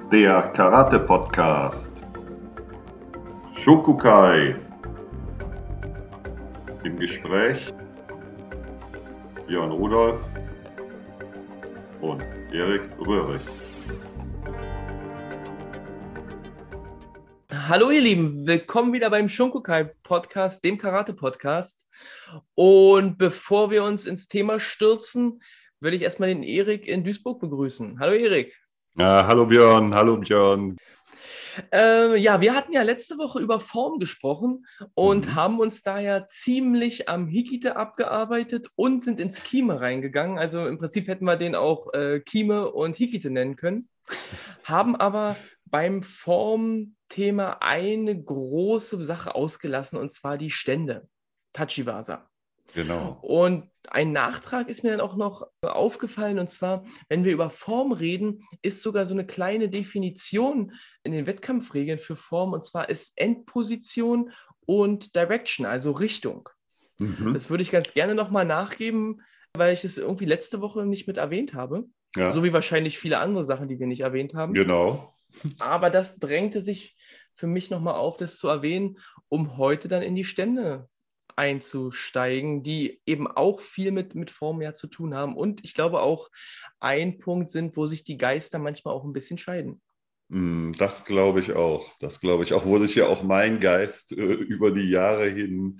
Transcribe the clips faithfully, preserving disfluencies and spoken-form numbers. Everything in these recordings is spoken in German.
Der Karate-Podcast. Shokukai. Im Gespräch Björn Rudolph und Erik Röhrig. Hallo ihr Lieben, willkommen wieder beim Shokukai-Podcast, dem Karate-Podcast. Und bevor wir uns ins Thema stürzen, würde ich erstmal den Erik in Duisburg begrüßen. Hallo Erik. Ja, hallo Björn, hallo Björn. Äh, ja, wir hatten ja letzte Woche über Form gesprochen und Mhm. haben uns da ja ziemlich am Hikite abgearbeitet und sind ins Kime reingegangen. Also im Prinzip hätten wir den auch äh, Kime und Hikite nennen können, haben aber beim Formthema eine große Sache ausgelassen, und zwar die Stände, Tachiwaza. Genau. Und ein Nachtrag ist mir dann auch noch aufgefallen, und zwar, wenn wir über Form reden, ist sogar so eine kleine Definition in den Wettkampfregeln für Form, und zwar ist Endposition und Direction, also Richtung. Mhm. Das würde ich ganz gerne nochmal nachgeben, weil ich es irgendwie letzte Woche nicht mit erwähnt habe. Ja. So wie wahrscheinlich viele andere Sachen, die wir nicht erwähnt haben. Genau. Aber das drängte sich für mich nochmal auf, das zu erwähnen, um heute dann in die Stände einzusteigen, die eben auch viel mit, mit Form ja zu tun haben. Und ich glaube auch ein Punkt sind, wo sich die Geister manchmal auch ein bisschen scheiden. Das glaube ich auch. Das glaube ich auch, wo sich ja auch mein Geist äh, über die Jahre hin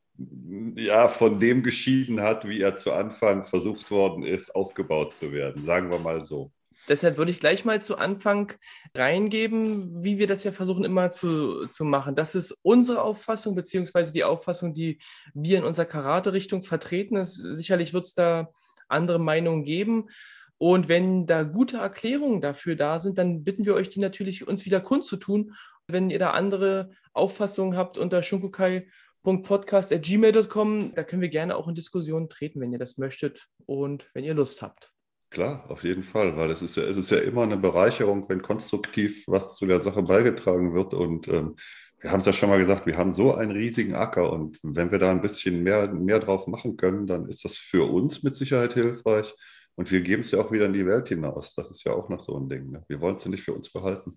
ja, von dem geschieden hat, wie er zu Anfang versucht worden ist, aufgebaut zu werden. Sagen wir mal so. Deshalb würde ich gleich mal zu Anfang reingeben, wie wir das ja versuchen immer zu, zu machen. Das ist unsere Auffassung, beziehungsweise die Auffassung, die wir in unserer Karate-Richtung vertreten. Es, sicherlich wird es da andere Meinungen geben. Und wenn da gute Erklärungen dafür da sind, dann bitten wir euch, die natürlich uns wieder kundzutun. Wenn ihr da andere Auffassungen habt, unter shunkukai punkt podcast at gmail punkt com, da können wir gerne auch in Diskussionen treten, wenn ihr das möchtet und wenn ihr Lust habt. Klar, auf jeden Fall, weil es ist ja, es ist ja immer eine Bereicherung, wenn konstruktiv was zu der Sache beigetragen wird. Und ähm, wir haben es ja schon mal gesagt, wir haben so einen riesigen Acker, und wenn wir da ein bisschen mehr, mehr drauf machen können, dann ist das für uns mit Sicherheit hilfreich. Und wir geben es ja auch wieder in die Welt hinaus. Das ist ja auch noch so ein Ding. Ne? Wir wollen es ja nicht für uns behalten.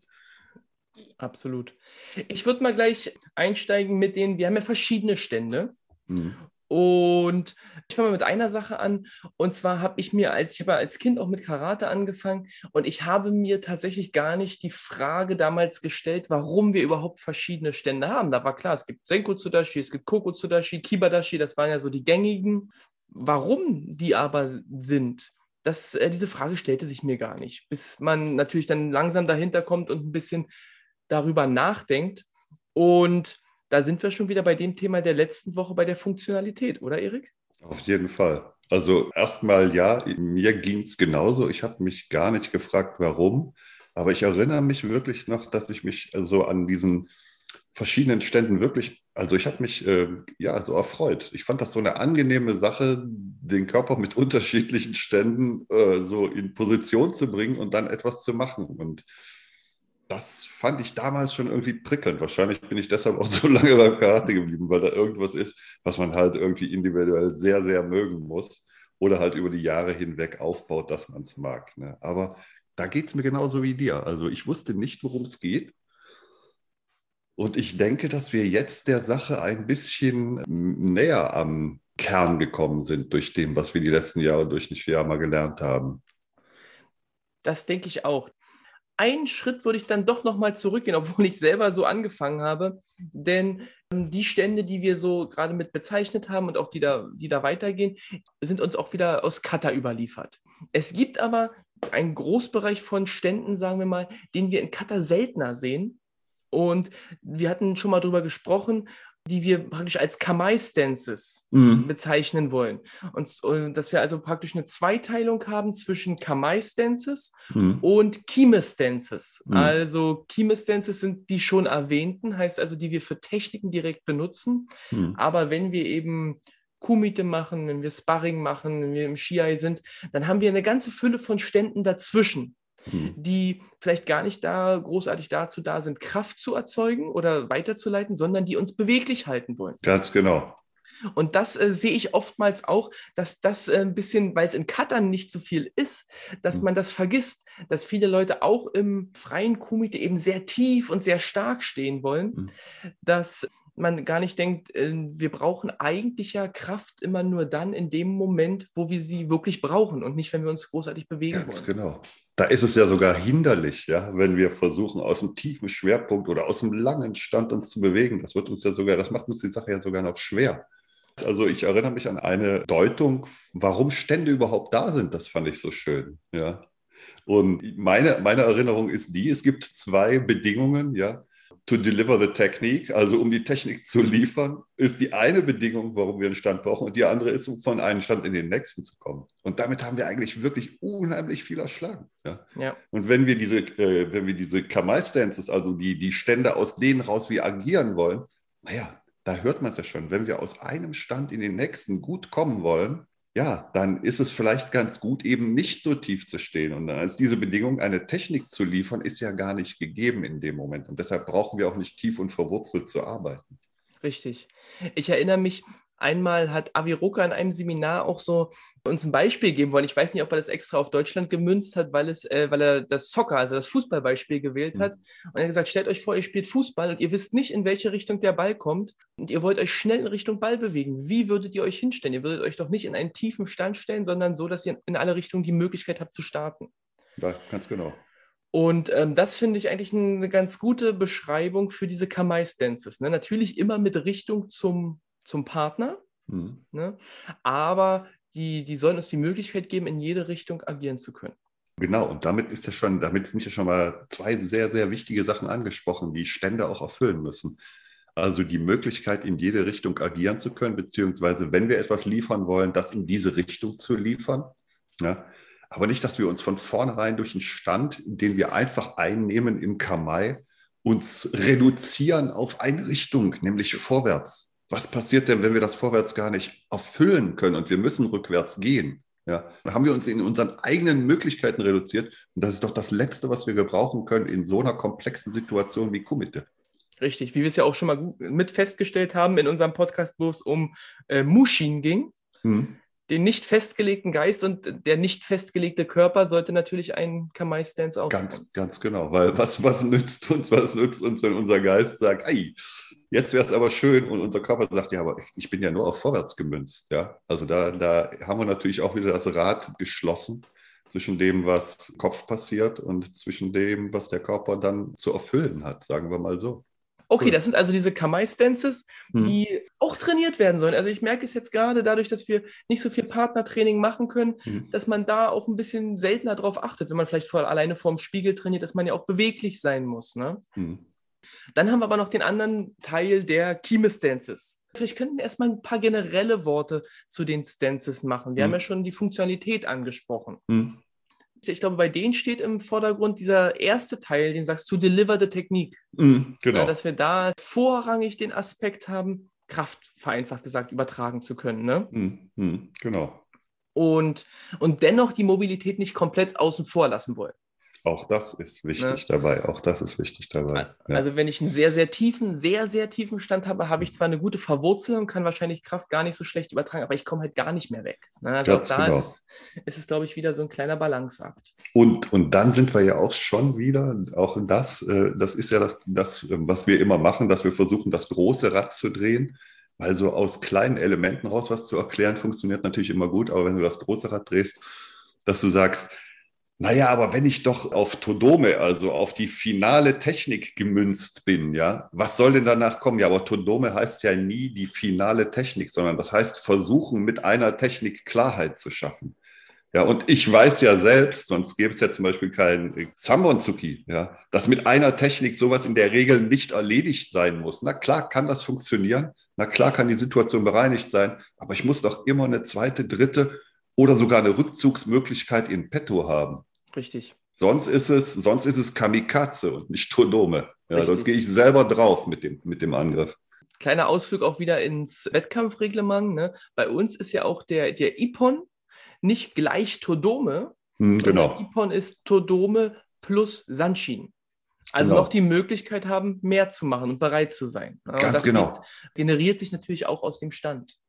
Absolut. Ich würde mal gleich einsteigen mit den, wir haben ja verschiedene Stände. Mhm. Und ich fange mal mit einer Sache an, und zwar habe ich mir als, ich habe ja als Kind auch mit Karate angefangen, und ich habe mir tatsächlich gar nicht die Frage damals gestellt, warum wir überhaupt verschiedene Stände haben. Da war klar, es gibt Senko-Tsudashi, es gibt Koko-Tsudashi, Kibadashi, das waren ja so die gängigen. Warum die aber sind, das, äh, diese Frage stellte sich mir gar nicht, bis man natürlich dann langsam dahinter kommt und ein bisschen darüber nachdenkt. Und da sind wir schon wieder bei dem Thema der letzten Woche, bei der Funktionalität, oder Erik? Auf jeden Fall. Also erstmal ja, mir ging es genauso. Ich habe mich gar nicht gefragt, warum. Aber ich erinnere mich wirklich noch, dass ich mich so an diesen verschiedenen Ständen wirklich, also ich habe mich äh, ja so erfreut. Ich fand das so eine angenehme Sache, den Körper mit unterschiedlichen Ständen äh, so in Position zu bringen und dann etwas zu machen. Und das fand ich damals schon irgendwie prickelnd. Wahrscheinlich bin ich deshalb auch so lange beim Karate geblieben, weil da irgendwas ist, was man halt irgendwie individuell sehr, sehr mögen muss oder halt über die Jahre hinweg aufbaut, dass man es mag. Ne? Aber da geht es mir genauso wie dir. Also ich wusste nicht, worum es geht. Und ich denke, dass wir jetzt der Sache ein bisschen näher am Kern gekommen sind durch dem, was wir die letzten Jahre durch Nishiyama gelernt haben. Das denke ich auch. Einen Schritt würde ich dann doch nochmal zurückgehen, obwohl ich selber so angefangen habe. Denn ähm, die Stände, die wir so gerade mit bezeichnet haben und auch die da, die da weitergehen, sind uns auch wieder aus Kata überliefert. Es gibt aber einen Großbereich von Ständen, sagen wir mal, den wir in Kata seltener sehen. Und wir hatten schon mal darüber gesprochen, die wir praktisch als Kamai-Stances Mhm. bezeichnen wollen. Und, und dass wir also praktisch eine Zweiteilung haben zwischen Kamai-Stances Mhm. und Kime-Stances. Mhm. Also Kime-Stances sind die schon erwähnten, heißt also, die wir für Techniken direkt benutzen. Mhm. Aber wenn wir eben Kumite machen, wenn wir Sparring machen, wenn wir im Shiai sind, dann haben wir eine ganze Fülle von Ständen dazwischen, die vielleicht gar nicht da großartig dazu da sind, Kraft zu erzeugen oder weiterzuleiten, sondern die uns beweglich halten wollen. Ganz genau. Und das äh, sehe ich oftmals auch, dass das äh, ein bisschen, weil es in Cuttern nicht so viel ist, dass Hm. man das vergisst, dass viele Leute auch im freien Kumite eben sehr tief und sehr stark stehen wollen, Hm. dass man gar nicht denkt, äh, wir brauchen eigentlich ja Kraft immer nur dann in dem Moment, wo wir sie wirklich brauchen und nicht, wenn wir uns großartig bewegen Ganz wollen. genau. Da ist es ja sogar hinderlich, ja, wenn wir versuchen, aus einem tiefen Schwerpunkt oder aus einem langen Stand uns zu bewegen. Das wird uns ja sogar, das macht uns die Sache ja sogar noch schwer. Also ich erinnere mich an eine Deutung, warum Stände überhaupt da sind. Das fand ich so schön, ja. Und meine, meine Erinnerung ist die, es gibt zwei Bedingungen, ja. To deliver the technique, also um die Technik zu liefern, ist die eine Bedingung, warum wir einen Stand brauchen, und die andere ist, um von einem Stand in den nächsten zu kommen. Und damit haben wir eigentlich wirklich unheimlich viel erschlagen. Ja? Ja. Und wenn wir diese, äh, wenn wir diese Kamai-Stances, also die, die Stände, aus denen raus wir agieren wollen, naja, da hört man es ja schon, wenn wir aus einem Stand in den nächsten gut kommen wollen, ja, dann ist es vielleicht ganz gut, eben nicht so tief zu stehen. Und dann ist diese Bedingung, eine Technik zu liefern, ist ja gar nicht gegeben in dem Moment. Und deshalb brauchen wir auch nicht tief und verwurzelt zu arbeiten. Richtig. Ich erinnere mich, einmal hat Avi Roka in einem Seminar auch so uns ein Beispiel geben wollen. Ich weiß nicht, ob er das extra auf Deutschland gemünzt hat, weil, es, äh, weil er das Soccer, also das Fußballbeispiel gewählt hat. Hm. Und er hat gesagt, stellt euch vor, ihr spielt Fußball und ihr wisst nicht, in welche Richtung der Ball kommt und ihr wollt euch schnell in Richtung Ball bewegen. Wie würdet ihr euch hinstellen? Ihr würdet euch doch nicht in einen tiefen Stand stellen, sondern so, dass ihr in alle Richtungen die Möglichkeit habt zu starten. Ja, ganz genau. Und ähm, das finde ich eigentlich eine ganz gute Beschreibung für diese Kamai-Stances. Ne? Natürlich immer mit Richtung zum, zum Partner, Hm. ne? Aber die, die sollen uns die Möglichkeit geben, in jede Richtung agieren zu können. Genau, und damit ist ja schon, damit sind ja schon mal zwei sehr, sehr wichtige Sachen angesprochen, die Stände auch erfüllen müssen. Also die Möglichkeit, in jede Richtung agieren zu können, beziehungsweise wenn wir etwas liefern wollen, das in diese Richtung zu liefern. Ja? Aber nicht, dass wir uns von vornherein durch einen Stand, den wir einfach einnehmen im Kamai, uns reduzieren auf eine Richtung, nämlich vorwärts. Was passiert denn, wenn wir das vorwärts gar nicht erfüllen können und wir müssen rückwärts gehen? Ja, dann haben wir uns in unseren eigenen Möglichkeiten reduziert. Und das ist doch das Letzte, was wir gebrauchen können in so einer komplexen Situation wie Kumite. Richtig, wie wir es ja auch schon mal gut mit festgestellt haben in unserem Podcast, wo es um äh, Mushin ging. Hm. Den nicht festgelegten Geist und der nicht festgelegte Körper sollte natürlich ein Kamai-Stance auch sein. Ganz, ganz genau. Weil was, was nützt uns, was nützt uns, wenn unser Geist sagt, ey, jetzt wäre es aber schön, und unser Körper sagt, ja, aber ich bin ja nur auf vorwärts gemünzt. Ja? Also da, da haben wir natürlich auch wieder das Rad geschlossen zwischen dem, was im Kopf passiert, und zwischen dem, was der Körper dann zu erfüllen hat, sagen wir mal so. Okay, Cool. das sind also diese Kamai-Stances, Hm. die auch trainiert werden sollen. Also ich merke es jetzt gerade dadurch, dass wir nicht so viel Partnertraining machen können, Hm. dass man da auch ein bisschen seltener drauf achtet, wenn man vielleicht vor, alleine vorm Spiegel trainiert, dass man ja auch beweglich sein muss. Ne? Hm. Dann haben wir aber noch den anderen Teil der Kime-Stances. Vielleicht könnten wir erstmal ein paar generelle Worte zu den Stances machen. Wir Hm. haben ja schon die Funktionalität angesprochen. Hm. Ich glaube, bei denen steht im Vordergrund dieser erste Teil, den sagst du, deliver the technique. Hm. Genau. Ja, dass wir da vorrangig den Aspekt haben, Kraft, vereinfacht gesagt, übertragen zu können. Ne? Hm. Hm. Genau. Und, und dennoch die Mobilität nicht komplett außen vor lassen wollen. Auch das ist wichtig Ne? dabei. Auch das ist wichtig dabei. Ja. Also wenn ich einen sehr, sehr tiefen, sehr, sehr tiefen Stand habe, habe ich zwar eine gute Verwurzelung, kann wahrscheinlich Kraft gar nicht so schlecht übertragen, aber ich komme halt gar nicht mehr weg. Ne? Also Ganz auch da genau. ist es, ist es, glaube ich, wieder so ein kleiner Balanceakt. Und, und dann sind wir ja auch schon wieder, auch das, äh, das ist ja das, das, was wir immer machen, dass wir versuchen, das große Rad zu drehen. Weil so aus kleinen Elementen raus was zu erklären, funktioniert natürlich immer gut. Aber wenn du das große Rad drehst, dass du sagst, naja, aber wenn ich doch auf Todome, also auf die finale Technik gemünzt bin, ja, was soll denn danach kommen? Ja, aber Todome heißt ja nie die finale Technik, sondern das heißt versuchen, mit einer Technik Klarheit zu schaffen. Ja, und ich weiß ja selbst, sonst gäbe es ja zum Beispiel kein Sambon-Tsuki, ja, dass mit einer Technik sowas in der Regel nicht erledigt sein muss. Na klar kann das funktionieren, na klar kann die Situation bereinigt sein, aber ich muss doch immer eine zweite, dritte oder sogar eine Rückzugsmöglichkeit in petto haben. Richtig. Sonst ist es, sonst ist es Kamikaze und nicht Todome. Ja, Richtig. sonst gehe ich selber drauf mit dem, mit dem Angriff. Kleiner Ausflug auch wieder ins Wettkampfreglement. Ne? Bei uns ist ja auch der, der Ippon nicht gleich Todome, Hm, sondern genau. Ippon ist Todome plus Sanshin. Also Genau. noch die Möglichkeit haben, mehr zu machen und bereit zu sein. Ja, und Ganz das genau. geht, generiert sich natürlich auch aus dem Stand.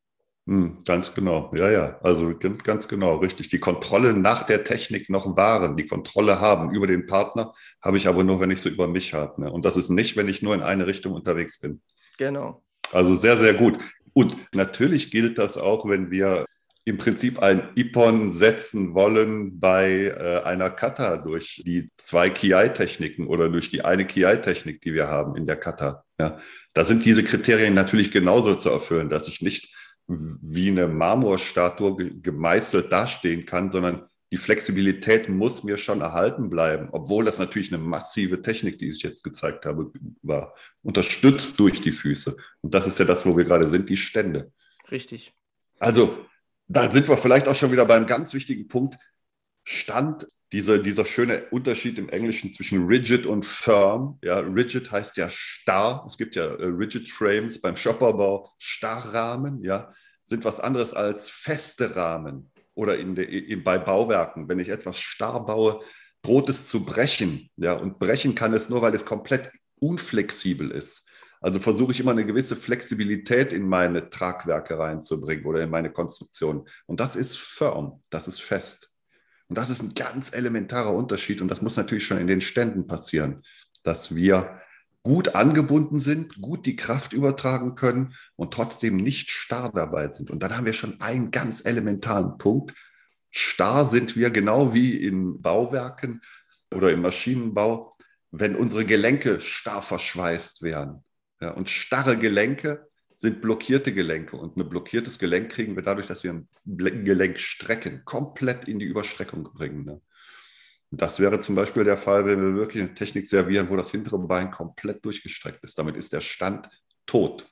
Hm, ganz genau, ja, ja, also ganz, ganz genau, richtig. Die Kontrolle nach der Technik noch wahren, die Kontrolle haben über den Partner, habe ich aber nur, wenn ich sie über mich habe. Ne? Und das ist nicht, wenn ich nur in eine Richtung unterwegs bin. Genau. Also sehr, sehr gut. Und natürlich gilt das auch, wenn wir im Prinzip ein Ippon setzen wollen bei äh, einer Kata durch die zwei Kiai-Techniken oder durch die eine Kiai-Technik, die wir haben in der Kata. Ja, da sind diese Kriterien natürlich genauso zu erfüllen, dass ich nicht wie eine Marmorstatue ge gemeißelt dastehen kann, sondern die Flexibilität muss mir schon erhalten bleiben, obwohl das natürlich eine massive Technik, die ich jetzt gezeigt habe, war, unterstützt durch die Füße. Und das ist ja das, wo wir gerade sind, die Stände. Richtig. Also da sind wir vielleicht auch schon wieder beim ganz wichtigen Punkt, Stand, dieser, dieser schöne Unterschied im Englischen zwischen rigid und firm. Ja, rigid heißt ja starr. Es gibt ja äh, rigid Frames beim Shopperbau, Starrrahmen, ja, sind was anderes als feste Rahmen. Oder in der, in, bei Bauwerken, wenn ich etwas starr baue, droht es zu brechen. Ja, und brechen kann es nur, weil es komplett unflexibel ist. Also versuche ich immer eine gewisse Flexibilität in meine Tragwerke reinzubringen oder in meine Konstruktion. Und das ist firm, das ist fest. Und das ist ein ganz elementarer Unterschied. Und das muss natürlich schon in den Ständen passieren, dass wir gut angebunden sind, gut die Kraft übertragen können und trotzdem nicht starr dabei sind. Und dann haben wir schon einen ganz elementaren Punkt. Starr sind wir genau wie in Bauwerken oder im Maschinenbau, wenn unsere Gelenke starr verschweißt werden. Ja, und starre Gelenke sind blockierte Gelenke. Und ein blockiertes Gelenk kriegen wir dadurch, dass wir ein Gelenk strecken, komplett in die Überstreckung bringen. Ne? Und das wäre zum Beispiel der Fall, wenn wir wirklich eine Technik servieren, wo das hintere Bein komplett durchgestreckt ist. Damit ist der Stand tot.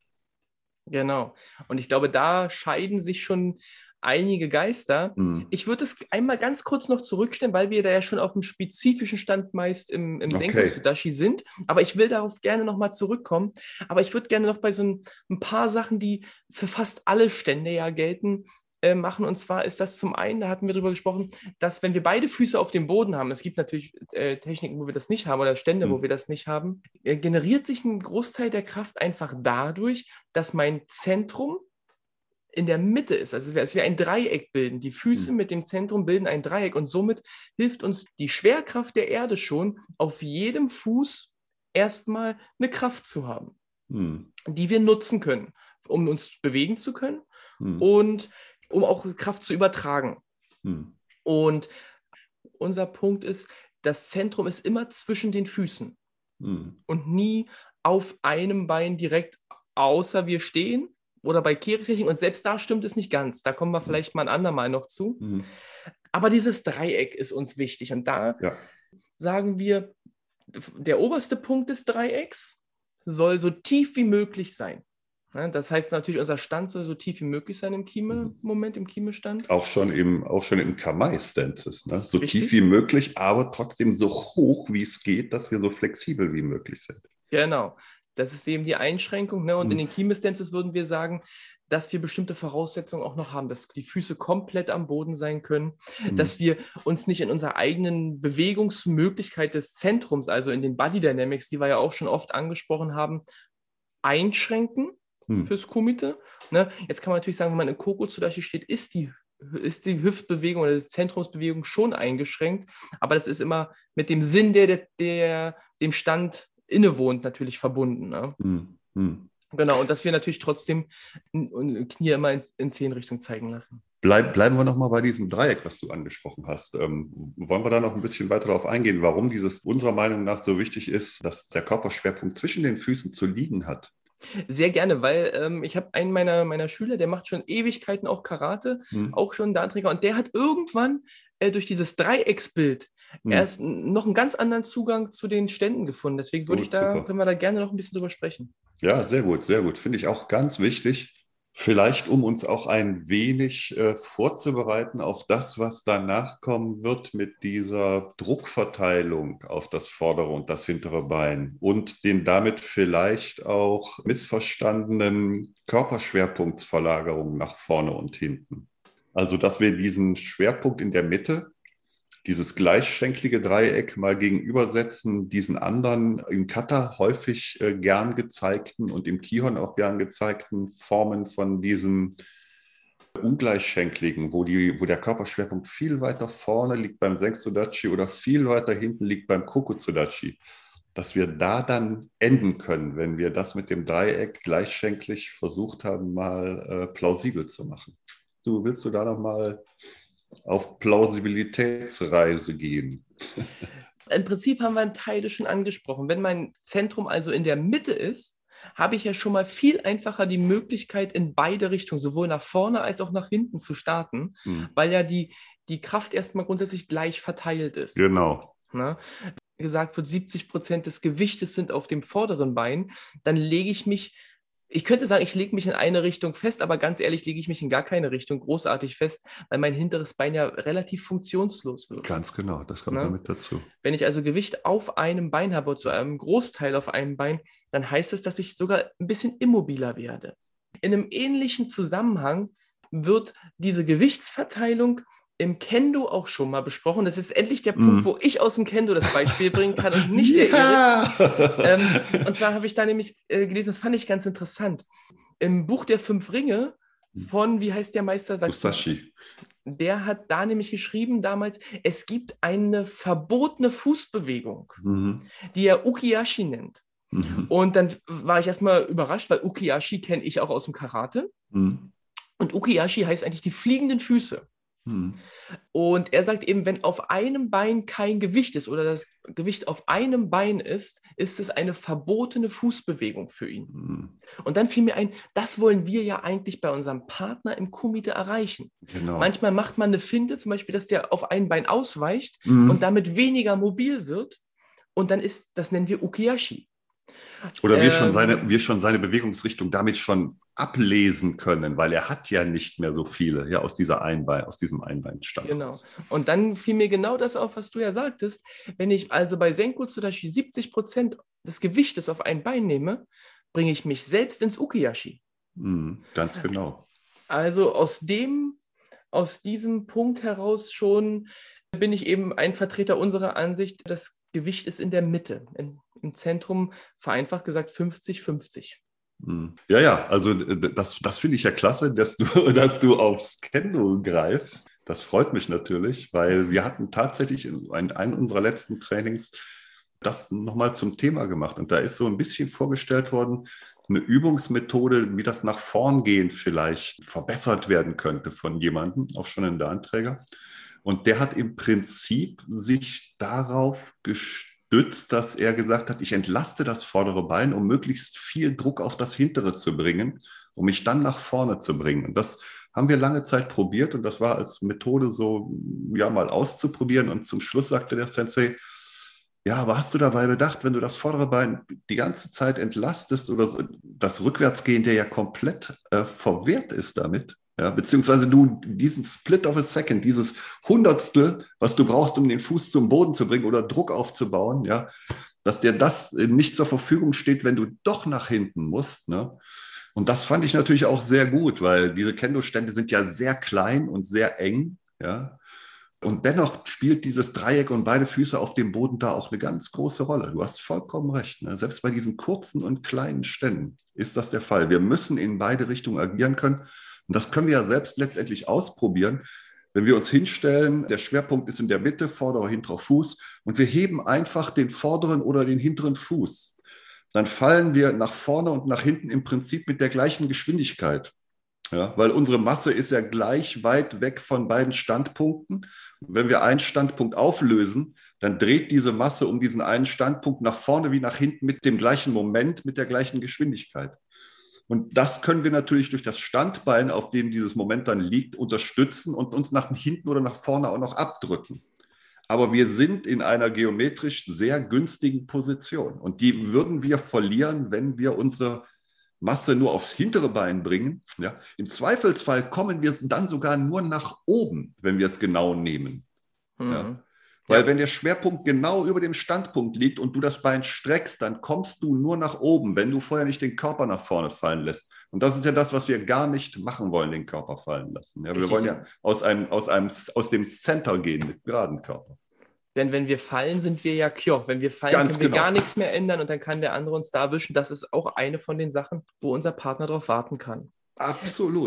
Genau. Und ich glaube, da scheiden sich schon einige Geister. Hm. Ich würde es einmal ganz kurz noch zurückstellen, weil wir da ja schon auf einem spezifischen Stand meist im, im Okay. Senko-Tsudashi sind. Aber ich will darauf gerne nochmal zurückkommen. Aber ich würde gerne noch bei so ein, ein paar Sachen, die für fast alle Stände ja gelten, äh, machen. Und zwar ist das zum einen, da hatten wir drüber gesprochen, dass wenn wir beide Füße auf dem Boden haben, es gibt natürlich äh, Techniken, wo wir das nicht haben oder Stände, wo Hm. wir das nicht haben, äh, generiert sich ein Großteil der Kraft einfach dadurch, dass mein Zentrum in der Mitte ist. Also es wir ein Dreieck bilden. Die Füße Hm. mit dem Zentrum bilden ein Dreieck und somit hilft uns die Schwerkraft der Erde schon, auf jedem Fuß erstmal eine Kraft zu haben, Hm. die wir nutzen können, um uns bewegen zu können Hm. und um auch Kraft zu übertragen. Hm. Und unser Punkt ist, das Zentrum ist immer zwischen den Füßen Hm. und nie auf einem Bein direkt, außer wir stehen oder bei Kehrichtechnik. Und selbst da stimmt es nicht ganz. Da kommen wir vielleicht mal ein andermal noch zu. Hm. Aber dieses Dreieck ist uns wichtig. Und da Ja. sagen wir, der oberste Punkt des Dreiecks soll so tief wie möglich sein. Das heißt natürlich, unser Stand soll so tief wie möglich sein im Kieme-Moment, im Kiemestand. Auch schon im, auch schon im Kamai-Stances, ne? So Richtig. tief wie möglich, aber trotzdem so hoch, wie es geht, dass wir so flexibel wie möglich sind. Genau. Das ist eben die Einschränkung. Ne? Und Hm. in den Kieme-Stances würden wir sagen, dass wir bestimmte Voraussetzungen auch noch haben, dass die Füße komplett am Boden sein können, Hm. dass wir uns nicht in unserer eigenen Bewegungsmöglichkeit des Zentrums, also in den Body Dynamics, die wir ja auch schon oft angesprochen haben, einschränken Hm. fürs Kumite. Ne? Jetzt kann man natürlich sagen, wenn man in Koko zum Beispiel steht, ist die, ist die Hüftbewegung oder die Zentrumsbewegung schon eingeschränkt, aber das ist immer mit dem Sinn, der, der, der dem Stand innewohnt, natürlich verbunden. Ne? Hm. Hm. Genau, und dass wir natürlich trotzdem Knie immer in, in Zehenrichtung zeigen lassen. Bleib, bleiben wir nochmal bei diesem Dreieck, was du angesprochen hast. Ähm, wollen wir da noch ein bisschen weiter darauf eingehen, warum dieses unserer Meinung nach so wichtig ist, dass der Körperschwerpunkt zwischen den Füßen zu liegen hat? Sehr gerne, weil ähm, ich habe einen meiner, meiner Schüler, der macht schon Ewigkeiten auch Karate, Hm. auch schon Danträger, und der hat irgendwann äh, durch dieses Dreiecksbild Hm. erst noch einen ganz anderen Zugang zu den Ständen gefunden. Deswegen würde Gut, ich da, super. können wir da gerne noch ein bisschen drüber sprechen. Ja, sehr gut, sehr gut. Finde ich auch ganz wichtig. Vielleicht, um uns auch ein wenig äh, vorzubereiten auf das, was danach kommen wird mit dieser Druckverteilung auf das vordere und das hintere Bein und den damit vielleicht auch missverstandenen Körperschwerpunktsverlagerungen nach vorne und hinten. Also, dass wir diesen Schwerpunkt in der Mitte, dieses gleichschenklige Dreieck mal gegenübersetzen, diesen anderen im Kata häufig äh, gern gezeigten und im Kihon auch gern gezeigten Formen von diesem Ungleichschenkligen, wo, die, wo der Körperschwerpunkt viel weiter vorne liegt beim Senkudachi oder viel weiter hinten liegt beim Kokutsudachi, dass wir da dann enden können, wenn wir das mit dem Dreieck gleichschenklig versucht haben, mal äh, plausibel zu machen. Du, willst du da nochmal auf Plausibilitätsreise gehen? Im Prinzip haben wir Teile schon angesprochen. Wenn mein Zentrum also in der Mitte ist, habe ich ja schon mal viel einfacher die Möglichkeit, in beide Richtungen, sowohl nach vorne als auch nach hinten zu starten, hm. weil ja die, die Kraft erstmal grundsätzlich gleich verteilt ist. Genau. Ne? Gesagt wird, siebzig Prozent des Gewichtes sind auf dem vorderen Bein, dann lege ich mich, ich könnte sagen, ich lege mich in eine Richtung fest, aber ganz ehrlich, lege ich mich in gar keine Richtung großartig fest, weil mein hinteres Bein ja relativ funktionslos wird. Ganz genau, das kommt ne? mit dazu. Wenn ich also Gewicht auf einem Bein habe, zu einem Großteil auf einem Bein, dann heißt es, dass ich sogar ein bisschen immobiler werde. In einem ähnlichen Zusammenhang wird diese Gewichtsverteilung im Kendo auch schon mal besprochen. Das ist endlich der Punkt, mm. wo ich aus dem Kendo das Beispiel bringen kann und nicht der ja. Erik. Ähm, und zwar habe ich da nämlich äh, gelesen, das fand ich ganz interessant. Im Buch der fünf Ringe von, wie heißt der Meister? Musashi. Der hat da nämlich geschrieben damals, es gibt eine verbotene Fußbewegung, mhm. die er Ukiashi nennt. Mhm. Und dann war ich erstmal überrascht, weil Ukiashi kenne ich auch aus dem Karate. Mhm. Und Ukiashi heißt eigentlich die fliegenden Füße. Hm. Und er sagt eben, wenn auf einem Bein kein Gewicht ist oder das Gewicht auf einem Bein ist, ist es eine verbotene Fußbewegung für ihn. Hm. Und dann fiel mir ein, das wollen wir ja eigentlich bei unserem Partner im Kumite erreichen. Genau. Manchmal macht man eine Finte, zum Beispiel, dass der auf ein Bein ausweicht hm. und damit weniger mobil wird. Und dann ist, das nennen wir Ukiashi. Oder wir, ähm, schon seine, wir schon seine Bewegungsrichtung damit schon ablesen können, weil er hat ja nicht mehr so viele, ja, aus dieser Einbein, aus diesem Einbeinstand. Genau. Und dann fiel mir genau das auf, was du ja sagtest. Wenn ich also bei Senkutsudachi siebzig Prozent des Gewichtes auf ein Bein nehme, bringe ich mich selbst ins Ukiashi. Mm, ganz genau. Also aus dem, aus diesem Punkt heraus schon bin ich eben ein Vertreter unserer Ansicht, das Gewicht ist in der Mitte, in, im Zentrum, vereinfacht gesagt fünfzig fünfzig. Ja, ja, also das, das finde ich ja klasse, dass du, dass du aufs Kendo greifst. Das freut mich natürlich, weil wir hatten tatsächlich in einem unserer letzten Trainings das nochmal zum Thema gemacht. Und da ist so ein bisschen vorgestellt worden, eine Übungsmethode, wie das nach vorn gehend vielleicht verbessert werden könnte von jemandem, auch schon ein Anträger. Und der hat im Prinzip sich darauf gestützt, dass er gesagt hat, ich entlaste das vordere Bein, um möglichst viel Druck auf das hintere zu bringen, um mich dann nach vorne zu bringen. Und das haben wir lange Zeit probiert und das war als Methode so, ja, mal auszuprobieren. Und zum Schluss sagte der Sensei, ja, aber hast du dabei bedacht, wenn du das vordere Bein die ganze Zeit entlastest oder so, das Rückwärtsgehen, der ja komplett äh, verwehrt ist damit, ja, beziehungsweise du diesen Split of a Second, dieses Hundertstel, was du brauchst, um den Fuß zum Boden zu bringen oder Druck aufzubauen, ja, dass dir das nicht zur Verfügung steht, wenn du doch nach hinten musst, ne? Und das fand ich natürlich auch sehr gut, weil diese Kendo-Stände sind ja sehr klein und sehr eng, ja. Und dennoch spielt dieses Dreieck und beide Füße auf dem Boden da auch eine ganz große Rolle. Du hast vollkommen recht, ne? Selbst bei diesen kurzen und kleinen Ständen ist das der Fall. Wir müssen in beide Richtungen agieren können. Und das können wir ja selbst letztendlich ausprobieren, wenn wir uns hinstellen, der Schwerpunkt ist in der Mitte, vorderer, hinterer Fuß, und wir heben einfach den vorderen oder den hinteren Fuß. Dann fallen wir nach vorne und nach hinten im Prinzip mit der gleichen Geschwindigkeit. Ja, weil unsere Masse ist ja gleich weit weg von beiden Standpunkten. Und wenn wir einen Standpunkt auflösen, dann dreht diese Masse um diesen einen Standpunkt nach vorne wie nach hinten mit dem gleichen Moment, mit der gleichen Geschwindigkeit. Und das können wir natürlich durch das Standbein, auf dem dieses Moment dann liegt, unterstützen und uns nach hinten oder nach vorne auch noch abdrücken. Aber wir sind in einer geometrisch sehr günstigen Position. Und die würden wir verlieren, wenn wir unsere Masse nur aufs hintere Bein bringen. Ja. Im Zweifelsfall kommen wir dann sogar nur nach oben, wenn wir es genau nehmen. Mhm. Ja. Weil ja. wenn der Schwerpunkt genau über dem Standpunkt liegt und du das Bein streckst, dann kommst du nur nach oben, wenn du vorher nicht den Körper nach vorne fallen lässt. Und das ist ja das, was wir gar nicht machen wollen, den Körper fallen lassen. Ja, wir wollen ja aus, einem, aus, einem, aus dem Center gehen mit geraden Körper. Denn wenn wir fallen, sind wir ja Kyo. Wenn wir fallen, Ganz können wir genau. gar nichts mehr ändern und dann kann der andere uns da erwischen. Das ist auch eine von den Sachen, wo unser Partner darauf warten kann. Absolut.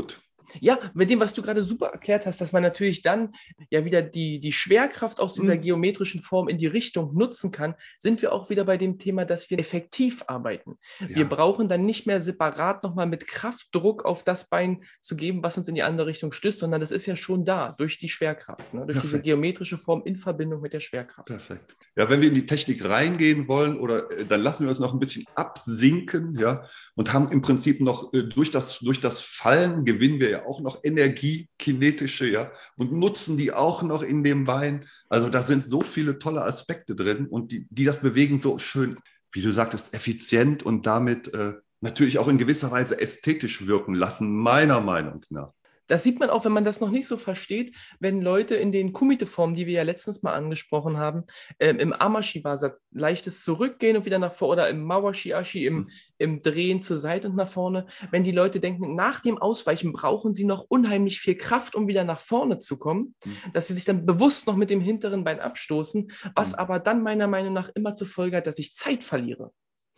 Ja, mit dem, was du gerade super erklärt hast, dass man natürlich dann ja wieder die, die Schwerkraft aus dieser Hm. geometrischen Form in die Richtung nutzen kann, sind wir auch wieder bei dem Thema, dass wir effektiv arbeiten. Wir Ja, brauchen dann nicht mehr separat nochmal mit Kraftdruck auf das Bein zu geben, was uns in die andere Richtung stößt, sondern das ist ja schon da, durch die Schwerkraft, ne? Durch diese perfekt. geometrische Form in Verbindung mit der Schwerkraft. Perfekt. Ja, wenn wir in die Technik reingehen wollen, oder äh, dann lassen wir uns noch ein bisschen absinken, ja, und haben im Prinzip noch äh, durch das, durch das Fallen gewinnen wir ja auch noch Energie, kinetische, ja, und nutzen die auch noch in dem Bein. Also da sind so viele tolle Aspekte drin und die, die das Bewegen so schön, wie du sagtest, effizient und damit äh, natürlich auch in gewisser Weise ästhetisch wirken lassen, meiner Meinung nach. Das sieht man auch, wenn man das noch nicht so versteht, wenn Leute in den Kumite-Formen, die wir ja letztens mal angesprochen haben, ähm, im Amashi-Wasa leichtes Zurückgehen und wieder nach vorne oder im Mawashi-Ashi, im, im Drehen zur Seite und nach vorne, wenn die Leute denken, nach dem Ausweichen brauchen sie noch unheimlich viel Kraft, um wieder nach vorne zu kommen, dass sie sich dann bewusst noch mit dem hinteren Bein abstoßen, was aber dann meiner Meinung nach immer zur Folge hat, dass ich Zeit verliere.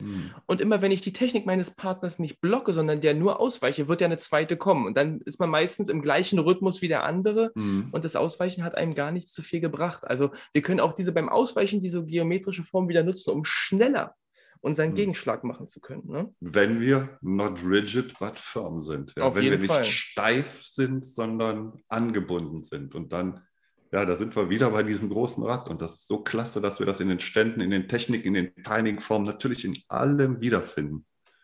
Und immer wenn ich die Technik meines Partners nicht blocke, sondern der nur ausweiche, wird ja eine zweite kommen. Und dann ist man meistens im gleichen Rhythmus wie der andere. Mhm. Und das Ausweichen hat einem gar nicht zu viel gebracht. Also wir können auch diese beim Ausweichen diese geometrische Form wieder nutzen, um schneller unseren Mhm. Gegenschlag machen zu können. Ne? Wenn wir not rigid, but firm sind. Ja? Auf Wenn wir jeden nicht Fall. steif sind, sondern angebunden sind. Und dann, ja, da sind wir wieder bei diesem großen Rad. Und das ist so klasse, dass wir das in den Ständen, in den Techniken, in den Timing-Formen natürlich in allem wiederfinden.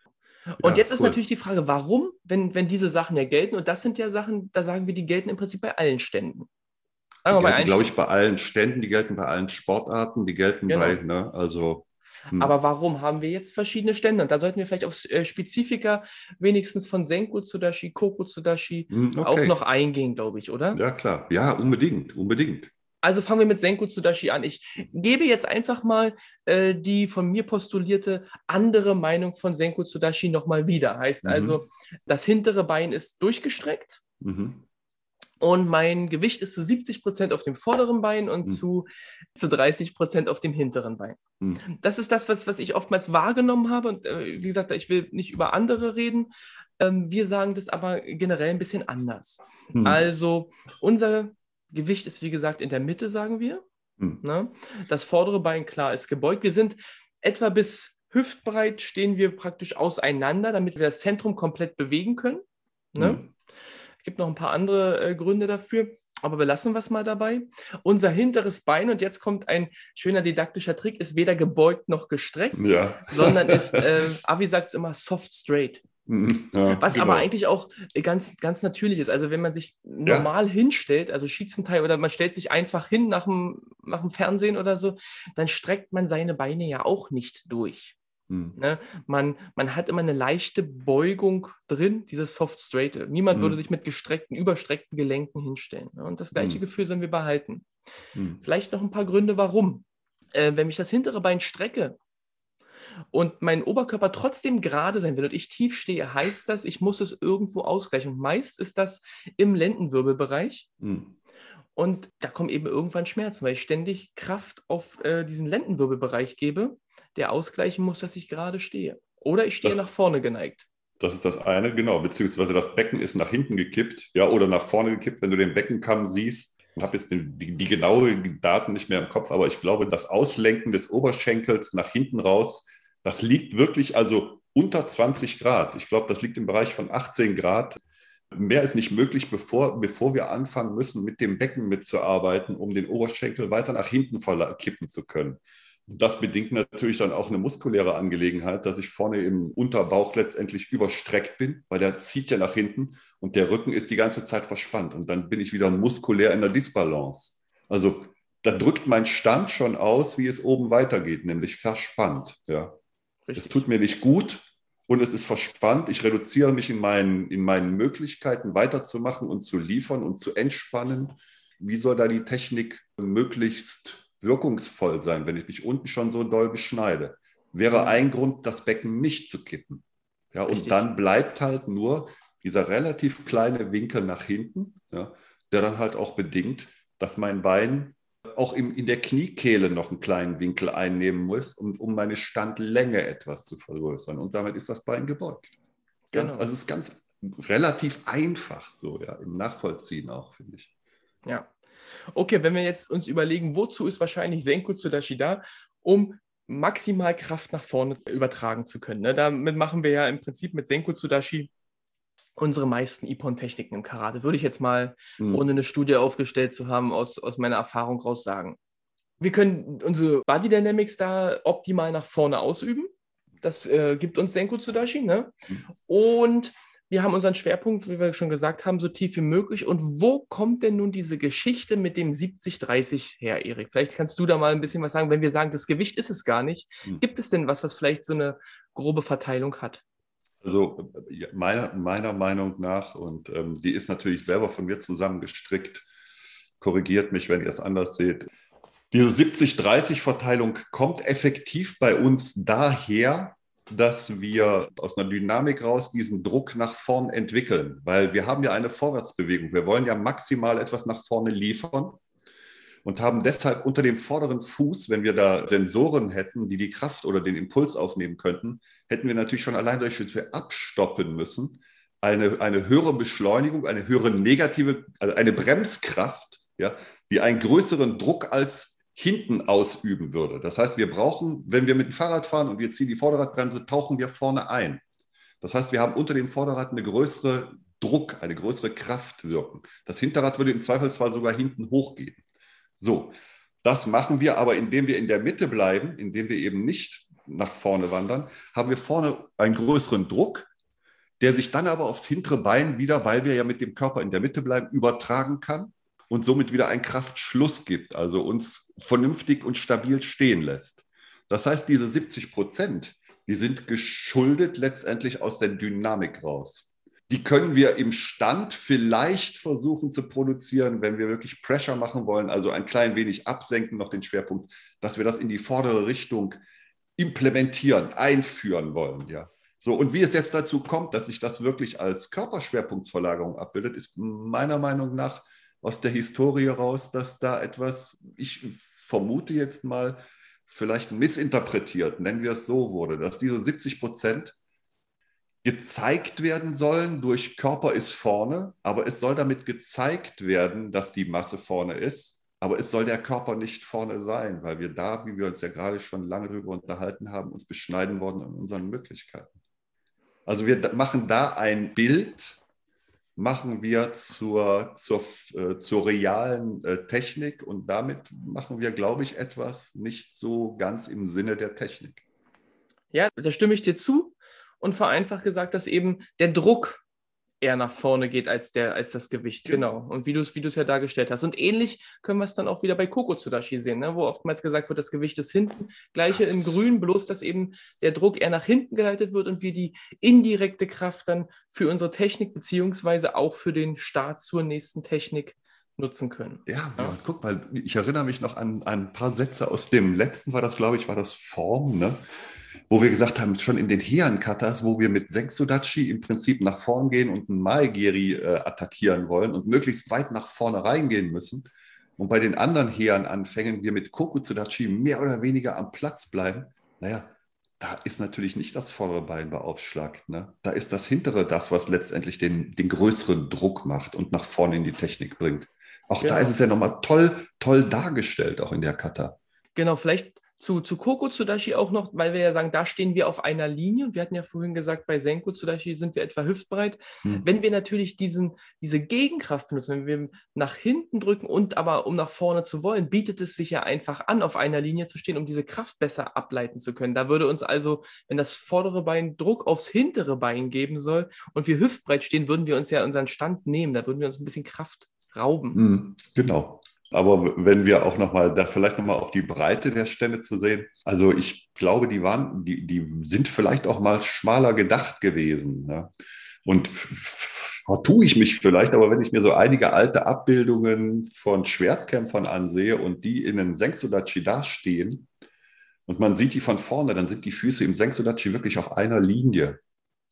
Und Ja, jetzt ist cool. natürlich die Frage, warum, wenn, wenn diese Sachen ja gelten, und das sind ja Sachen, da sagen wir, die gelten im Prinzip bei allen Ständen. Die Sagen wir bei gelten, allen glaube ich, Ständen. bei allen Ständen, die gelten bei allen Sportarten, die gelten bei, Genau. ne, also, hm, Aber warum haben wir jetzt verschiedene Stände? Und da sollten wir vielleicht auf äh, Spezifika wenigstens von Senku Tsudashi, Koku Tsudashi hm, auch noch okay. eingehen, glaube ich, oder? Ja, klar. Ja, unbedingt, unbedingt. Also fangen wir mit Senku Tsudashi an. Ich gebe jetzt einfach mal äh, die von mir postulierte andere Meinung von Senku Tsudashi nochmal wieder. Heißt Mhm. also, das hintere Bein ist durchgestreckt Mhm. und mein Gewicht ist zu siebzig Prozent auf dem vorderen Bein und Mhm. zu, zu dreißig Prozent auf dem hinteren Bein. Mhm. Das ist das, was, was ich oftmals wahrgenommen habe. Und äh, wie gesagt, ich will nicht über andere reden. Ähm, wir sagen das aber generell ein bisschen anders. Mhm. Also unser Gewicht ist, wie gesagt, in der Mitte, sagen wir. Mhm. Ne? Das vordere Bein, klar, ist gebeugt. Wir sind etwa bis hüftbreit, stehen wir praktisch auseinander, damit wir das Zentrum komplett bewegen können. Ne? Mhm. Es gibt noch ein paar andere äh, Gründe dafür, aber belassen wir es mal dabei. Unser hinteres Bein, und jetzt kommt ein schöner didaktischer Trick, ist weder gebeugt noch gestreckt, Ja. sondern ist, äh, Avi sagt es immer, soft straight. Mhm. Ja, Was aber genau. eigentlich auch ganz, ganz natürlich ist. Also wenn man sich Ja. normal hinstellt, also Schiedsentei oder man stellt sich einfach hin nach dem, nach dem Fernsehen oder so, dann streckt man seine Beine ja auch nicht durch. Mhm. Ne? Man, man hat immer eine leichte Beugung drin, dieses Soft Straight. Niemand würde sich Mhm. mit gestreckten, überstreckten Gelenken hinstellen. Ne? Und das gleiche Mhm. Gefühl sollen wir behalten. Mhm. Vielleicht noch ein paar Gründe, warum. Äh, wenn ich das hintere Bein strecke und mein Oberkörper trotzdem gerade sein will und ich tief stehe, heißt das, ich muss es irgendwo ausgleichen. Und meist ist das im Lendenwirbelbereich. Mhm. Und da kommen eben irgendwann Schmerzen, weil ich ständig Kraft auf äh, diesen Lendenwirbelbereich gebe, der ausgleichen muss, dass ich gerade stehe. Oder ich stehe nach Das, vorne geneigt. das ist das eine, genau. Beziehungsweise das Becken ist nach hinten gekippt, ja, oder nach vorne gekippt, wenn du den Beckenkamm siehst. Ich habe jetzt die, die, die genauen Daten nicht mehr im Kopf, aber ich glaube, das Auslenken des Oberschenkels nach hinten raus, das liegt wirklich also unter zwanzig Grad. Ich glaube, das liegt im Bereich von achtzehn Grad. Mehr ist nicht möglich, bevor, bevor wir anfangen müssen, mit dem Becken mitzuarbeiten, um den Oberschenkel weiter nach hinten kippen zu können. Das bedingt natürlich dann auch eine muskuläre Angelegenheit, dass ich vorne im Unterbauch letztendlich überstreckt bin, weil der zieht ja nach hinten und der Rücken ist die ganze Zeit verspannt. Und dann bin ich wieder muskulär in der Disbalance. Also da drückt mein Stand schon aus, wie es oben weitergeht, nämlich verspannt. Ja. Es tut Richtig. mir nicht gut und es ist verspannt. Ich reduziere mich in meinen, in meinen Möglichkeiten weiterzumachen und zu liefern und zu entspannen. Wie soll da die Technik möglichst wirkungsvoll sein, wenn ich mich unten schon so doll beschneide? Wäre Mhm. ein Grund, das Becken nicht zu kippen. Ja, und Richtig. dann bleibt halt nur dieser relativ kleine Winkel nach hinten, ja, der dann halt auch bedingt, dass mein Bein auch im, in der Kniekehle noch einen kleinen Winkel einnehmen muss, um, um meine Standlänge etwas zu vergrößern. Und damit ist das Bein gebeugt. Ganz, Genau. also es ist ganz, relativ einfach so, ja, im Nachvollziehen auch, finde ich. Ja. Okay, wenn wir jetzt uns überlegen, wozu ist wahrscheinlich Senku Tsudashi da, um maximal Kraft nach vorne übertragen zu können. Ne? Damit machen wir ja im Prinzip mit Senku Tsudashi unsere meisten Ippon-Techniken im Karate. Würde ich jetzt mal, Hm. ohne eine Studie aufgestellt zu haben, aus, aus meiner Erfahrung raus sagen. Wir können unsere Body Dynamics da optimal nach vorne ausüben. Das äh, gibt uns Senku Tsudashi. Ne? Und wir haben unseren Schwerpunkt, wie wir schon gesagt haben, so tief wie möglich. Und wo kommt denn nun diese Geschichte mit dem siebzig dreißig her, Erik? Vielleicht kannst du da mal ein bisschen was sagen. Wenn wir sagen, das Gewicht ist es gar nicht, Hm. gibt es denn was, was vielleicht so eine grobe Verteilung hat? Also ja, meiner, meiner Meinung nach, und ähm, die ist natürlich selber von mir zusammengestrickt, korrigiert mich, wenn ihr es anders seht. Diese siebzig dreißig Verteilung kommt effektiv bei uns daher, dass wir aus einer Dynamik raus diesen Druck nach vorn entwickeln, weil wir haben ja eine Vorwärtsbewegung. Wir wollen ja maximal etwas nach vorne liefern und haben deshalb unter dem vorderen Fuß, wenn wir da Sensoren hätten, die die Kraft oder den Impuls aufnehmen könnten, hätten wir natürlich schon allein dadurch, dass wir abstoppen müssen, eine, eine höhere Beschleunigung, eine höhere negative, also eine Bremskraft, ja, die einen größeren Druck als hinten ausüben würde. Das heißt, wir brauchen, wenn wir mit dem Fahrrad fahren und wir ziehen die Vorderradbremse, tauchen wir vorne ein. Das heißt, wir haben unter dem Vorderrad eine größere Druck, eine größere Kraftwirkung. Das Hinterrad würde im Zweifelsfall sogar hinten hochgehen. So, das machen wir aber, indem wir in der Mitte bleiben, indem wir eben nicht nach vorne wandern, haben wir vorne einen größeren Druck, der sich dann aber aufs hintere Bein wieder, weil wir ja mit dem Körper in der Mitte bleiben, übertragen kann und somit wieder einen Kraftschluss gibt, also uns vernünftig und stabil stehen lässt. Das heißt, diese siebzig Prozent, die sind geschuldet letztendlich aus der Dynamik raus. Die können wir im Stand vielleicht versuchen zu produzieren, wenn wir wirklich Pressure machen wollen, also ein klein wenig absenken, noch den Schwerpunkt, dass wir das in die vordere Richtung implementieren, einführen wollen, ja. So, und wie es jetzt dazu kommt, dass sich das wirklich als Körperschwerpunktsverlagerung abbildet, ist meiner Meinung nach aus der Historie raus, dass da etwas, ich vermute jetzt mal, vielleicht missinterpretiert, nennen wir es so, wurde, dass diese siebzig Prozent gezeigt werden sollen durch Körper ist vorne, aber es soll damit gezeigt werden, dass die Masse vorne ist, aber es soll der Körper nicht vorne sein, weil wir da, wie wir uns ja gerade schon lange darüber unterhalten haben, uns beschneiden worden an unseren Möglichkeiten. Also wir machen da ein Bild, machen wir zur, zur, äh, zur realen äh, Technik und damit machen wir, glaube ich, etwas nicht so ganz im Sinne der Technik. Ja, da stimme ich dir zu und vereinfacht gesagt, dass eben der Druck eher nach vorne geht als, der, als das Gewicht. Genau. genau. Und wie du es wie ja dargestellt hast. Und ähnlich können wir es dann auch wieder bei Koko Tsudashi sehen, ne? Wo oftmals gesagt wird, das Gewicht ist hinten. Gleiche in Grün, bloß dass eben der Druck eher nach hinten geleitet wird und wir die indirekte Kraft dann für unsere Technik beziehungsweise auch für den Start zur nächsten Technik nutzen können. Ja, ja, ja. Guck mal, ich erinnere mich noch an, an ein paar Sätze aus dem letzten, war das, glaube ich, war das Form, ne? Wo wir gesagt haben, schon in den Heian-Katas, wo wir mit Senku-Dachi im Prinzip nach vorn gehen und einen Mae-Geri äh, attackieren wollen und möglichst weit nach vorne reingehen müssen. Und bei den anderen Heian-Anfängen wir mit Koku-Tsudachi mehr oder weniger am Platz bleiben. Naja, da ist natürlich nicht das vordere Bein beaufschlagt. Ne? Da ist das hintere das, was letztendlich den, den größeren Druck macht und nach vorne in die Technik bringt. Auch genau. Da ist es ja nochmal toll, toll dargestellt, auch in der Kata. Genau, vielleicht zu, zu Koko Tsudashi auch noch, weil wir ja sagen, da stehen wir auf einer Linie. Wir hatten ja vorhin gesagt, bei Senku Tsudashi sind wir etwa hüftbreit. Hm. Wenn wir natürlich diesen, diese Gegenkraft benutzen, wenn wir nach hinten drücken und aber um nach vorne zu wollen, bietet es sich ja einfach an, auf einer Linie zu stehen, um diese Kraft besser ableiten zu können. Da würde uns also, wenn das vordere Bein Druck aufs hintere Bein geben soll und wir hüftbreit stehen, würden wir uns ja unseren Stand nehmen. Da würden wir uns ein bisschen Kraft rauben. Hm, genau. Aber wenn wir auch nochmal, da vielleicht nochmal auf die Breite der Stände zu sehen, also ich glaube, die waren, die, die sind vielleicht auch mal schmaler gedacht gewesen. Ne? Und vertue ich mich vielleicht, aber wenn ich mir so einige alte Abbildungen von Schwertkämpfern ansehe und die in einem Senku-Dachi dastehen und man sieht die von vorne, dann sind die Füße im Senku-Dachi wirklich auf einer Linie.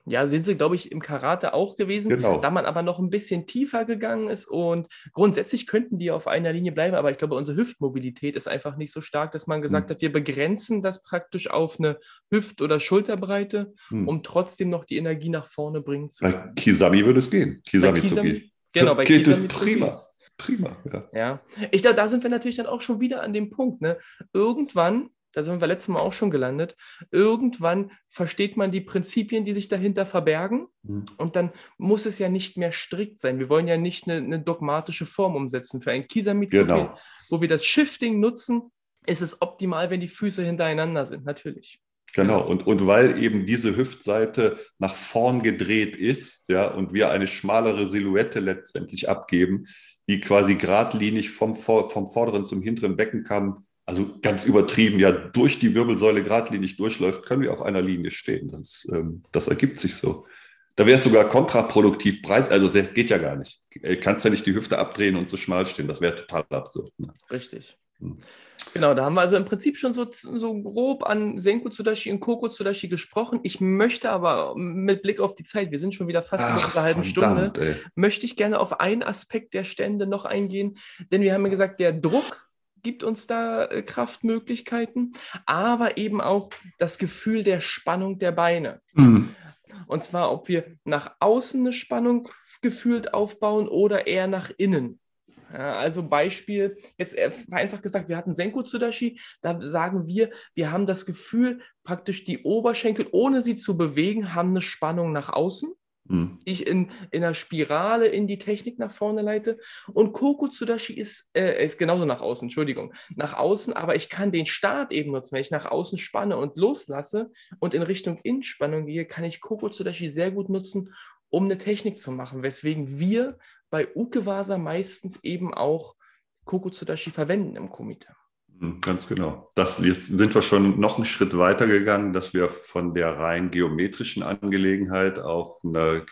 Ja, sind sie, glaube ich, im Karate auch gewesen, Genau. da man aber noch ein bisschen tiefer gegangen ist und grundsätzlich könnten die auf einer Linie bleiben, aber ich glaube, unsere Hüftmobilität ist einfach nicht so stark, dass man gesagt Hm. hat, wir begrenzen das praktisch auf eine Hüft- oder Schulterbreite, Hm. um trotzdem noch die Energie nach vorne bringen zu Bei können. Kisami würde es gehen. Bei Kisami-Zugi. Kisami, Da genau, bei geht es Kisami prima. Zugis. Prima, ja. Ja, ich glaube, da sind wir natürlich dann auch schon wieder an dem Punkt, ne? Irgendwann, da sind wir letztes Mal auch schon gelandet, irgendwann versteht man die Prinzipien, die sich dahinter verbergen Hm. und dann muss es ja nicht mehr strikt sein. Wir wollen ja nicht eine, eine dogmatische Form umsetzen. Für ein Kisami-Zugi, Genau. wo wir das Shifting nutzen, ist es optimal, wenn die Füße hintereinander sind, natürlich. Genau, Genau. und, und weil eben diese Hüftseite nach vorn gedreht ist, ja, und wir eine schmalere Silhouette letztendlich abgeben, die quasi geradlinig vom, Vor- vom vorderen zum hinteren Beckenkamm, also ganz übertrieben, ja, durch die Wirbelsäule geradlinig durchläuft, können wir auf einer Linie stehen. Das, ähm, das ergibt sich so. Da wäre es sogar kontraproduktiv breit, also das geht ja gar nicht. Du kannst ja nicht die Hüfte abdrehen und so schmal stehen, das wäre total absurd. Ne? Richtig. Hm. Genau, da haben wir also im Prinzip schon so, so grob an Senku Tsudashi und Koko Tsudashi gesprochen. Ich möchte aber mit Blick auf die Zeit, wir sind schon wieder fast über Ach, unserer halben Stunde, verdammt, ey. möchte ich gerne auf einen Aspekt der Stände noch eingehen, denn wir haben ja gesagt, der Druck gibt uns da äh, Kraftmöglichkeiten, aber eben auch das Gefühl der Spannung der Beine. Hm. Und zwar, ob wir nach außen eine Spannung gefühlt aufbauen oder eher nach innen. Ja, also Beispiel, jetzt einfach gesagt, wir hatten Senku Tsudashi, da sagen wir, wir haben das Gefühl, praktisch die Oberschenkel, ohne sie zu bewegen, haben eine Spannung nach außen, Hm. die ich in, in einer Spirale in die Technik nach vorne leite. Und Koku Tsudashi ist, äh, ist genauso nach außen, Entschuldigung, nach außen, aber ich kann den Start eben nutzen, wenn ich nach außen spanne und loslasse und in Richtung Innenspannung gehe, kann ich Koku Tsudashi sehr gut nutzen, um eine Technik zu machen, weswegen wir bei Ukewasa meistens eben auch Koku Tsudashi verwenden im Kumite. Ganz genau. Das, jetzt sind wir schon noch einen Schritt weiter gegangen, dass wir von der rein geometrischen Angelegenheit auf eine,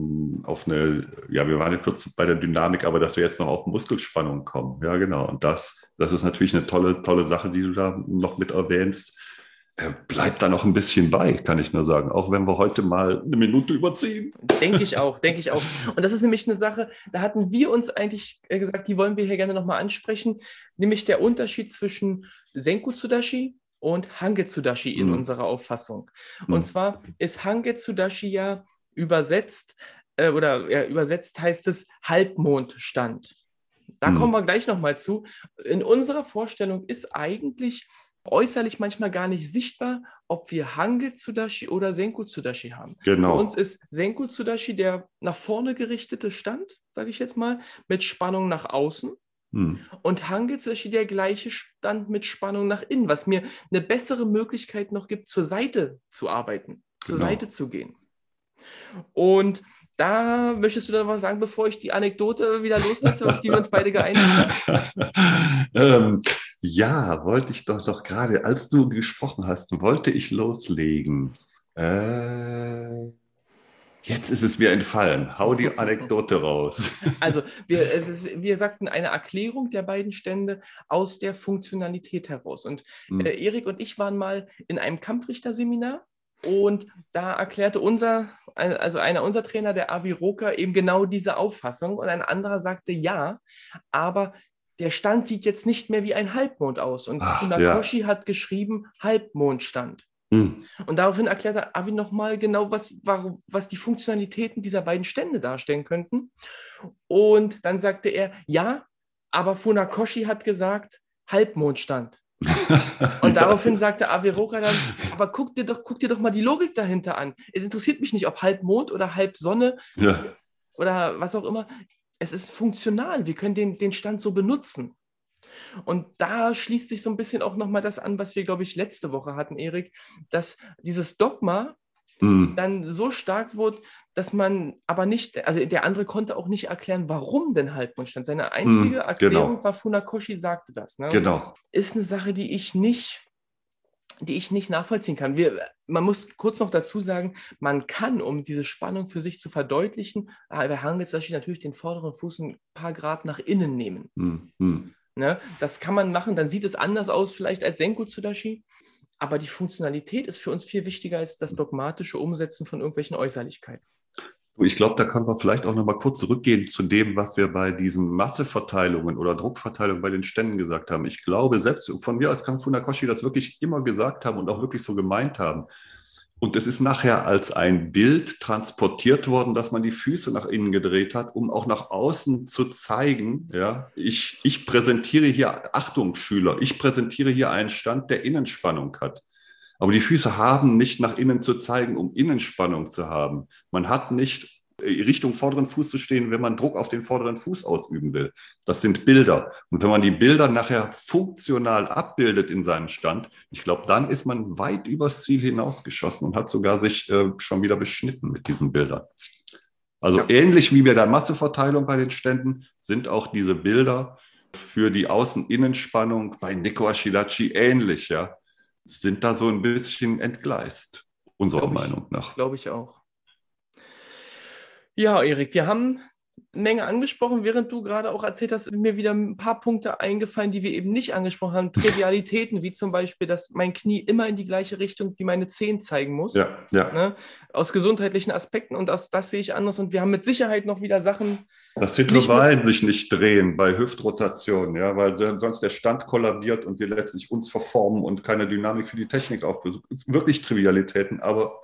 auf eine, ja, wir waren ja kurz bei der Dynamik, aber dass wir jetzt noch auf Muskelspannung kommen. Ja, genau. Und das, das ist natürlich eine tolle, tolle Sache, die du da noch mit erwähnst. Bleibt da noch ein bisschen bei, kann ich nur sagen, auch wenn wir heute mal eine Minute überziehen. Denke ich auch, denke ich auch. Und das ist nämlich eine Sache, da hatten wir uns eigentlich gesagt, die wollen wir hier gerne nochmal ansprechen, nämlich der Unterschied zwischen Senku Tsudashi und Hange Tsudashi in Hm. unserer Auffassung. Und Hm. zwar ist Hange Tsudashi ja übersetzt, äh, oder ja, übersetzt heißt es Halbmondstand. Da Hm. kommen wir gleich nochmal zu. In unserer Vorstellung ist eigentlich äußerlich manchmal gar nicht sichtbar, ob wir Hange Tsudashi oder Senku Tsudashi haben. Genau. Für uns ist Senku Tsudashi der nach vorne gerichtete Stand, sage ich jetzt mal, mit Spannung nach außen. Hm. Und Hange Tsudashi der gleiche Stand mit Spannung nach innen, was mir eine bessere Möglichkeit noch gibt, zur Seite zu arbeiten, zur Genau. Seite zu gehen. Und da möchtest du dann was sagen, bevor ich die Anekdote wieder loslasse, auf die wir uns beide geeinigt haben? ähm, ja, wollte ich doch doch gerade, als du gesprochen hast, wollte ich loslegen. Äh, jetzt ist es mir entfallen. Hau die Anekdote raus. Also, wir, es ist, wir sagten, eine Erklärung der beiden Stände aus der Funktionalität heraus. Und Hm. äh, Erik und ich waren mal in einem Kampfrichterseminar. Und da erklärte unser, also einer unserer Trainer, der Avi Roka, eben genau diese Auffassung. Und ein anderer sagte, ja, aber der Stand sieht jetzt nicht mehr wie ein Halbmond aus. Und Ach, Funakoshi ja. hat geschrieben Halbmondstand. Hm. Und daraufhin erklärte Avi nochmal genau, was, was die Funktionalitäten dieser beiden Stände darstellen könnten. Und dann sagte er, ja, aber Funakoshi hat gesagt, Halbmondstand. Und daraufhin Ja. sagte Aviroka dann, aber guck dir, doch, guck dir doch mal die Logik dahinter an. Es interessiert mich nicht, ob halb Mond oder halb Sonne Ja. ist oder was auch immer. Es ist funktional. Wir können den, den Stand so benutzen. Und da schließt sich so ein bisschen auch nochmal das an, was wir, glaube ich, letzte Woche hatten, Erik, dass dieses Dogma Hm. dann so stark wurde, dass man aber nicht, also der andere konnte auch nicht erklären, warum denn Halbmondstand. Seine einzige Hm. Erklärung Genau. war, Funakoshi sagte das. Ne? Und Genau. das ist eine Sache, die ich nicht, die ich nicht nachvollziehen kann. Wir, man muss kurz noch dazu sagen, man kann, um diese Spannung für sich zu verdeutlichen, bei Hange Tsudashi natürlich den vorderen Fuß ein paar Grad nach innen nehmen. Hm. Hm. Ne? Das kann man machen, dann sieht es anders aus vielleicht als Senku Tsudashi. aber die Funktionalität ist für uns viel wichtiger als das dogmatische Umsetzen von irgendwelchen Äußerlichkeiten. Ich glaube, da können wir vielleicht auch noch mal kurz zurückgehen zu dem, was wir bei diesen Masseverteilungen oder Druckverteilungen bei den Ständen gesagt haben. Ich glaube, selbst von mir als Kang Funakoshi das wirklich immer gesagt haben und auch wirklich so gemeint haben. Und es ist nachher als ein Bild transportiert worden, dass man die Füße nach innen gedreht hat, um auch nach außen zu zeigen, ja, ich, ich präsentiere hier, Achtung Schüler, ich präsentiere hier einen Stand, der Innenspannung hat. Aber die Füße haben nicht nach innen zu zeigen, um Innenspannung zu haben. Man hat nicht Richtung vorderen Fuß zu stehen, wenn man Druck auf den vorderen Fuß ausüben will. Das sind Bilder. Und wenn man die Bilder nachher funktional abbildet in seinem Stand, ich glaube, dann ist man weit übers Ziel hinausgeschossen und hat sogar sich äh, schon wieder beschnitten mit diesen Bildern. Also ja. Ähnlich wie bei der Masseverteilung bei den Ständen sind auch diese Bilder für die Außen-Innenspannung bei Nico Ashidachi ähnlich, ja. Sind da so ein bisschen entgleist, unserer Glaub ich, Meinung nach. Glaube ich auch. Ja, Erik, wir haben eine Menge angesprochen, während du gerade auch erzählt hast, sind mir wieder ein paar Punkte eingefallen, die wir eben nicht angesprochen haben. Trivialitäten, wie zum Beispiel, dass mein Knie immer in die gleiche Richtung wie meine Zehen zeigen muss. Ja, ja. Ne? Aus gesundheitlichen Aspekten und das, das sehe ich anders. Und wir haben mit Sicherheit noch wieder Sachen. Dass die Rivalen sich nicht drehen bei Hüftrotation, ja, weil sonst der Stand kollabiert und wir letztlich uns verformen und keine Dynamik für die Technik aufbauen. Das sind wirklich Trivialitäten, aber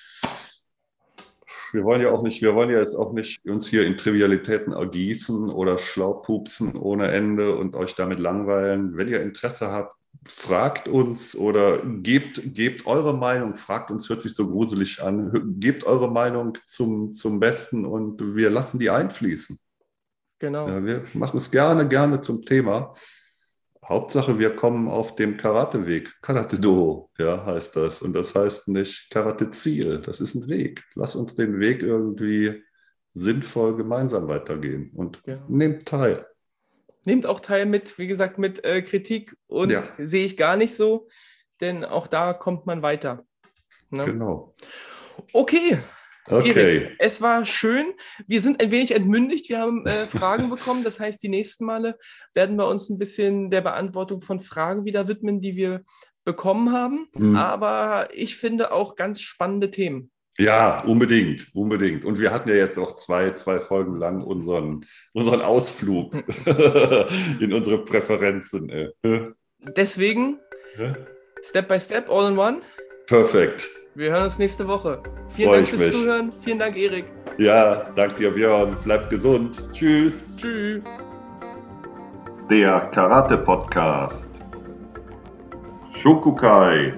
wir wollen ja auch nicht, wir wollen ja jetzt auch nicht uns hier in Trivialitäten ergießen oder schlaupupsen ohne Ende und euch damit langweilen. Wenn ihr Interesse habt, fragt uns oder gebt, gebt eure Meinung, fragt uns, hört sich so gruselig an, gebt eure Meinung zum, zum Besten und wir lassen die einfließen. Genau. Ja, wir machen es gerne, gerne zum Thema. Hauptsache, wir kommen auf dem Karate-Weg. Karate-Do, ja, heißt das. Und das heißt nicht Karate-Ziel. Das ist ein Weg. Lass uns den Weg irgendwie sinnvoll gemeinsam weitergehen und ja. Nehmt teil. Nehmt auch teil mit, wie gesagt, mit äh, Kritik und ja. Sehe ich gar nicht so, denn auch da kommt man weiter. Ne? Genau. Okay. Okay. Erik, es war schön. Wir sind ein wenig entmündigt. Wir haben äh, Fragen bekommen. Das heißt, die nächsten Male werden wir uns ein bisschen der Beantwortung von Fragen wieder widmen, die wir bekommen haben. Mhm. Aber ich finde auch ganz spannende Themen. Ja, unbedingt, unbedingt. Und wir hatten ja jetzt auch zwei, zwei Folgen lang unseren, unseren Ausflug in unsere Präferenzen. Äh. Deswegen, ja? Step by Step, all in one. Perfekt. Wir hören uns nächste Woche. Vielen Dank fürs Zuhören. Vielen Dank, Erik. Ja, danke dir, Björn. Bleibt gesund. Tschüss. Tschüss. Der Karate-Podcast. Shokukai.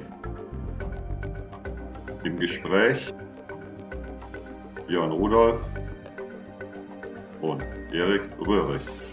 Im Gespräch Björn Rudolph und Erik Röhrig.